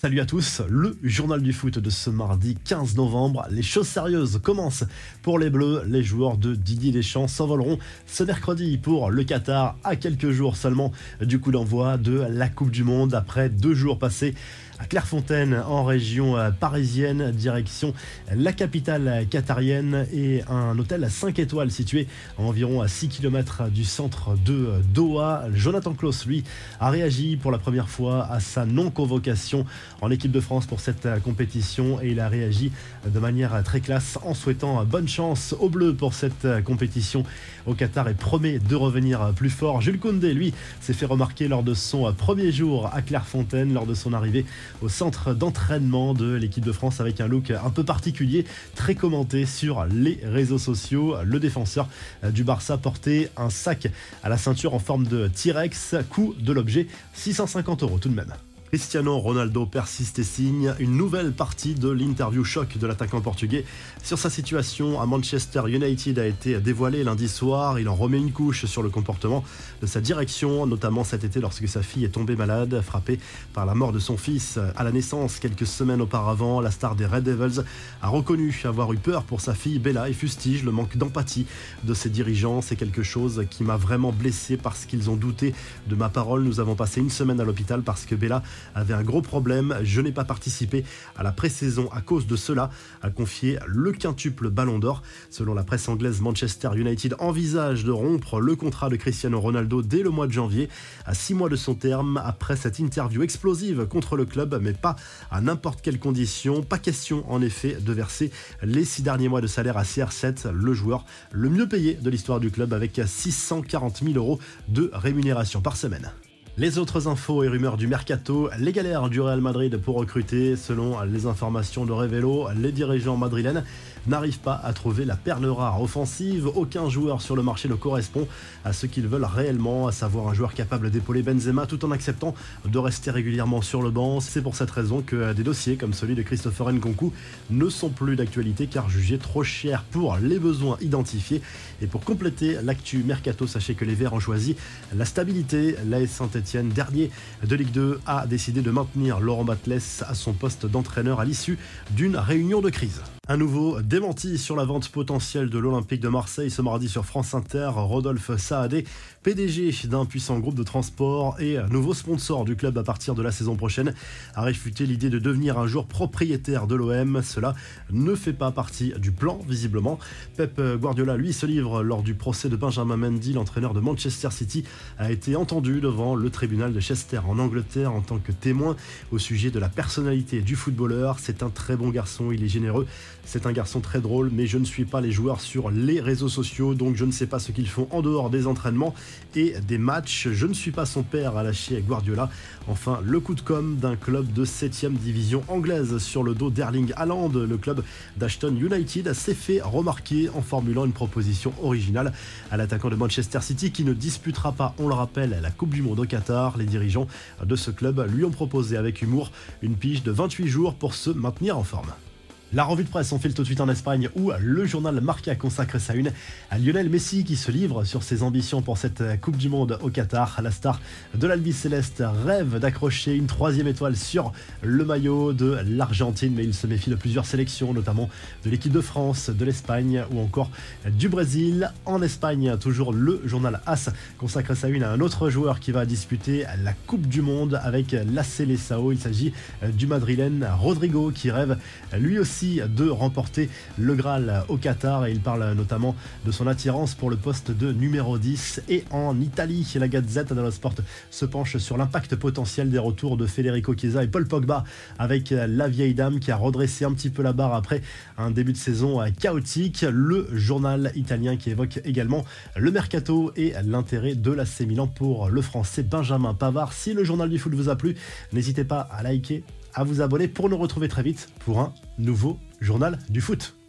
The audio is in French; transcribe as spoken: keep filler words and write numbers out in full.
Salut à tous, le journal du foot de ce mardi quinze novembre. Les choses sérieuses commencent pour les Bleus. Les joueurs de Didier Deschamps s'envoleront ce mercredi pour le Qatar, à quelques jours seulement du coup d'envoi de la Coupe du Monde, après deux jours passés à Clairefontaine en région parisienne, direction la capitale qatarienne et un hôtel à cinq étoiles situé à environ à six kilomètres du centre de Doha. Jonathan Klaus, lui, a réagi pour la première fois à sa non-convocation en équipe de France pour cette compétition, et il a réagi de manière très classe en souhaitant bonne chance aux Bleus pour cette compétition au Qatar et promet de revenir plus fort. Jules Koundé, lui, s'est fait remarquer lors de son premier jour à Clairefontaine, lors de son arrivée au centre d'entraînement de l'équipe de France, avec un look un peu particulier, très commenté sur les réseaux sociaux. Le défenseur du Barça portait un sac à la ceinture en forme de T-Rex, coût de l'objet six cent cinquante euros tout de même. Cristiano Ronaldo persiste et signe. Une nouvelle partie de l'interview choc de l'attaquant portugais sur sa situation à Manchester United a été dévoilée lundi soir. Il en remet une couche sur le comportement de sa direction, notamment cet été lorsque sa fille est tombée malade, frappée par la mort de son fils à la naissance quelques semaines auparavant. La star des Red Devils a reconnu avoir eu peur pour sa fille Bella et fustige le manque d'empathie de ses dirigeants. C'est quelque chose qui m'a vraiment blessé parce qu'ils ont douté de ma parole. Nous avons passé une semaine à l'hôpital parce que Bella avait un gros problème. Je n'ai pas participé à la pré-saison à cause de cela, a confié le quintuple Ballon d'Or. Selon la presse anglaise, Manchester United envisage de rompre le contrat de Cristiano Ronaldo dès le mois de janvier, à six mois de son terme, après cette interview explosive contre le club, mais pas à n'importe quelle condition. Pas question, en effet, de verser les six derniers mois de salaire à C R sept, le joueur le mieux payé de l'histoire du club, avec six cent quarante mille euros de rémunération par semaine. Les autres infos et rumeurs du mercato, les galères du Real Madrid pour recruter. Selon les informations de Révélo, les dirigeants madrilènes n'arrivent pas à trouver la perle rare offensive. Aucun joueur sur le marché ne correspond à ce qu'ils veulent réellement, à savoir un joueur capable d'épauler Benzema tout en acceptant de rester régulièrement sur le banc. C'est pour cette raison que des dossiers comme celui de Christopher Nkunku ne sont plus d'actualité, car jugés trop chers pour les besoins identifiés. Et pour compléter l'actu mercato, sachez que les Verts ont choisi la stabilité. L'A S Saint-Etienne, dernier de Ligue deux, a décidé de maintenir Laurent Batles à son poste d'entraîneur à l'issue d'une réunion de crise. Un nouveau démenti sur la vente potentielle de l'Olympique de Marseille ce mardi sur France Inter. Rodolphe Saadé, P D G d'un puissant groupe de transport et nouveau sponsor du club à partir de la saison prochaine, a réfuté l'idée de devenir un jour propriétaire de l'O M. Cela ne fait pas partie du plan, visiblement. Pep Guardiola, lui, se livre lors du procès de Benjamin Mendy. L'entraîneur de Manchester City a été entendu devant le tribunal de Chester en Angleterre en tant que témoin au sujet de la personnalité du footballeur. C'est un très bon garçon, il est généreux. C'est un garçon très drôle, mais je ne suis pas les joueurs sur les réseaux sociaux, donc je ne sais pas ce qu'ils font en dehors des entraînements et des matchs. Je ne suis pas son père, a lâché Guardiola. Enfin, le coup de com' d'un club de septième division anglaise sur le dos d'Erling Haaland. Le club d'Ashton United s'est fait remarquer en formulant une proposition originale à l'attaquant de Manchester City, qui ne disputera pas, on le rappelle, la Coupe du Monde au Qatar. Les dirigeants de ce club lui ont proposé avec humour une pige de vingt-huit jours pour se maintenir en forme. La revue de presse, on file tout de suite en Espagne, où le journal Marca consacre sa une à Lionel Messi, qui se livre sur ses ambitions pour cette Coupe du Monde au Qatar. La star de l'Albiceleste rêve d'accrocher une troisième étoile sur le maillot de l'Argentine, mais il se méfie de plusieurs sélections, notamment de l'équipe de France, de l'Espagne ou encore du Brésil. En Espagne, toujours le journal As consacre sa une à un autre joueur qui va disputer la Coupe du Monde avec l'A C Leçao. Il s'agit du Madrilène Rodrigo, qui rêve lui aussi de remporter le Graal au Qatar, et il parle notamment de son attirance pour le poste de numéro dix. Et en Italie, la Gazette dello Sport se penche sur l'impact potentiel des retours de Federico Chiesa et Paul Pogba avec la vieille dame qui a redressé un petit peu la barre après un début de saison chaotique. Le journal italien qui évoque également le mercato et l'intérêt de l'A C Milan pour le français Benjamin Pavard. Si le journal du foot vous a plu, n'hésitez pas à liker, à vous abonner pour nous retrouver très vite pour un nouveau journal du foot.